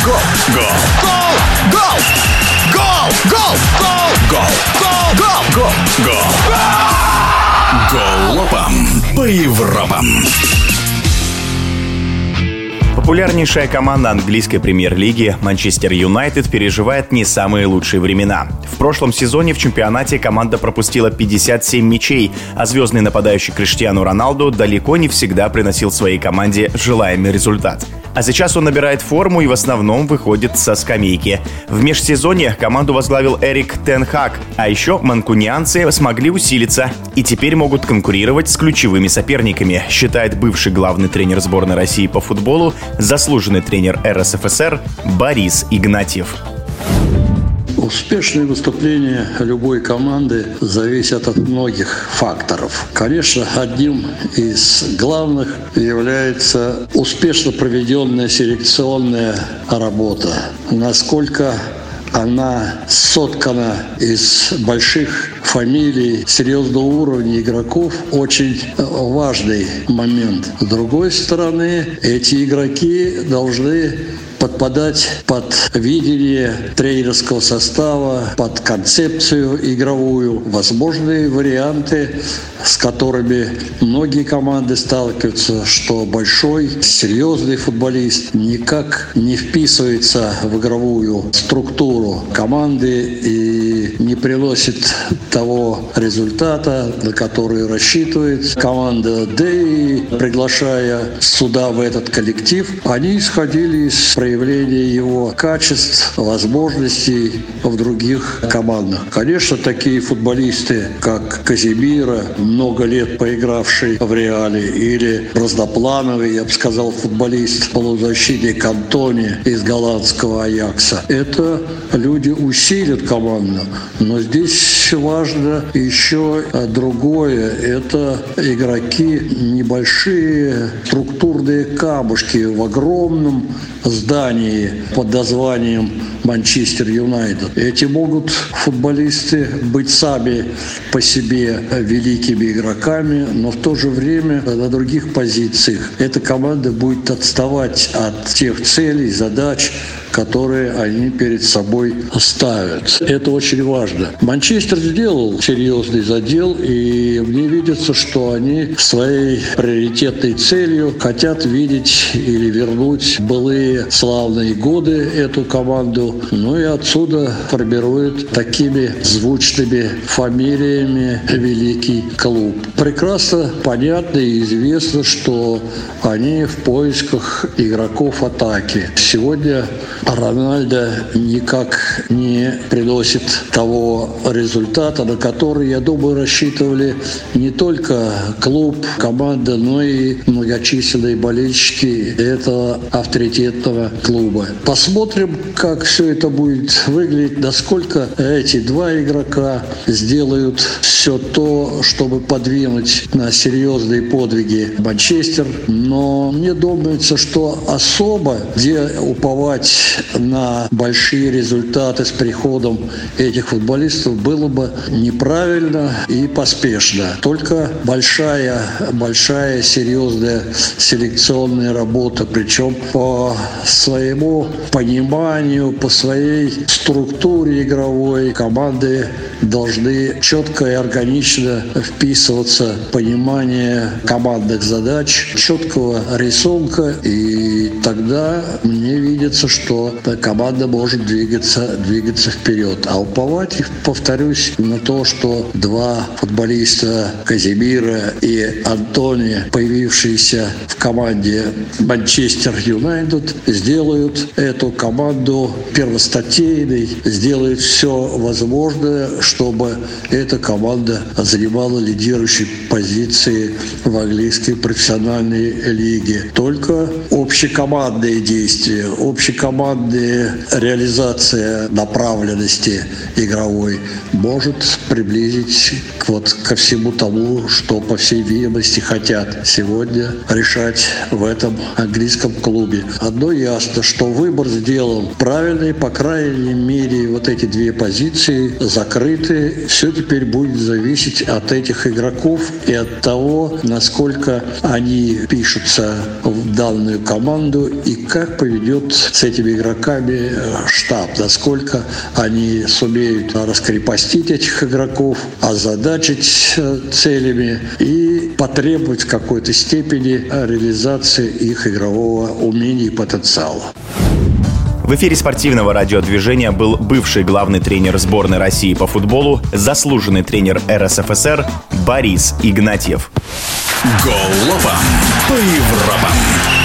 Гол! Гол! Гол! Гол! Гол! Гол! Гол! Гол! Гол! Галопом по Европам. Популярнейшая команда английской премьер-лиги Манчестер Юнайтед переживает не самые лучшие времена. В прошлом сезоне в чемпионате команда пропустила 57 мячей, а звездный нападающий Криштиану Роналду далеко не всегда приносил своей команде желаемый результат. А сейчас он набирает форму и в основном выходит со скамейки. В межсезонье команду возглавил Эрик Тен Хаг, а еще манкунианцы смогли усилиться и теперь могут конкурировать с ключевыми соперниками, считает бывший главный тренер сборной России по футболу, заслуженный тренер РСФСР Борис Игнатьев. Успешные выступления любой команды зависят от многих факторов. Конечно, одним из главных является успешно проведенная селекционная работа. Насколько она соткана из больших фамилий, серьезного уровня игроков, очень важный момент. С другой стороны, эти игроки должны подпадать под видение тренерского состава, под концепцию игровую, возможные варианты, с которыми многие команды сталкиваются, что большой, серьезный футболист никак не вписывается в игровую структуру команды и не приносит того результата, на который рассчитывает команда. Да и приглашая сюда, в этот коллектив, они исходили из проявления его качеств, возможностей в других командах. Конечно, такие футболисты, как Казимира, много лет поигравший в Реале, или разноплановый, я бы сказал, футболист, полузащитник Антони из голландского Аякса. Это люди усилят команду. Но здесь важно еще другое. Это игроки, небольшие структурные камушки в огромном здании под названием Манчестер Юнайтед. Эти могут футболисты быть сами по себе великими игроками, но в то же время на других позициях эта команда будет отставать от тех целей, задач, которые они перед собой ставят. Это очень важно. Манчестер сделал серьезный задел, и мне видится, что они своей приоритетной целью хотят видеть или вернуть былые славные годы эту команду, ну и отсюда формируют такими звучными фамилиями великий клуб. Прекрасно понятно и известно, что они в поисках игроков атаки. Сегодня Рональдо никак не приносит того результата, на который, я думаю, рассчитывали не только клуб, команда, но и многочисленные болельщики этого авторитетного клуба. Посмотрим, как все это будет выглядеть, насколько эти два игрока сделают все то, чтобы подвинуть на серьезные подвиги Манчестер. Но мне думается, что особо где уповать на большие результаты с приходом этих футболистов было бы неправильно и поспешно. Только большая серьезная селекционная работа, причем по своему пониманию, по своей структуре игровой команды должны четко и органично вписываться в понимание командных задач, четкого рисунка, и тогда мне видится, что команда может двигаться вперед. А уповать, повторюсь, на то, что два футболиста, Казимира и Антони, появившиеся в команде Манчестер Юнайтед, сделают эту команду первостатейной, сделают все возможное, чтобы эта команда занимала лидирующие позиции в английской профессиональной лиге. Только общекомандные действия, общекомандная реализация направленности игровой может приблизить ко всему тому, что, по всей видимости, хотят сегодня решать в этом английском клубе. Одно ясно, что выбор сделан правильный, по крайней мере, вот эти две позиции закрыты. Все теперь будет зависеть от этих игроков и от того, насколько они пишутся в данную команду и как поведет проведет с этими игроками штаб, насколько они сумеют раскрепостить этих игроков, озадачить целями и потребовать в какой-то степени реализации их игрового умения и потенциала. В эфире спортивного радиодвижения был бывший главный тренер сборной России по футболу, заслуженный тренер РСФСР Борис Игнатьев. Голова по Европам.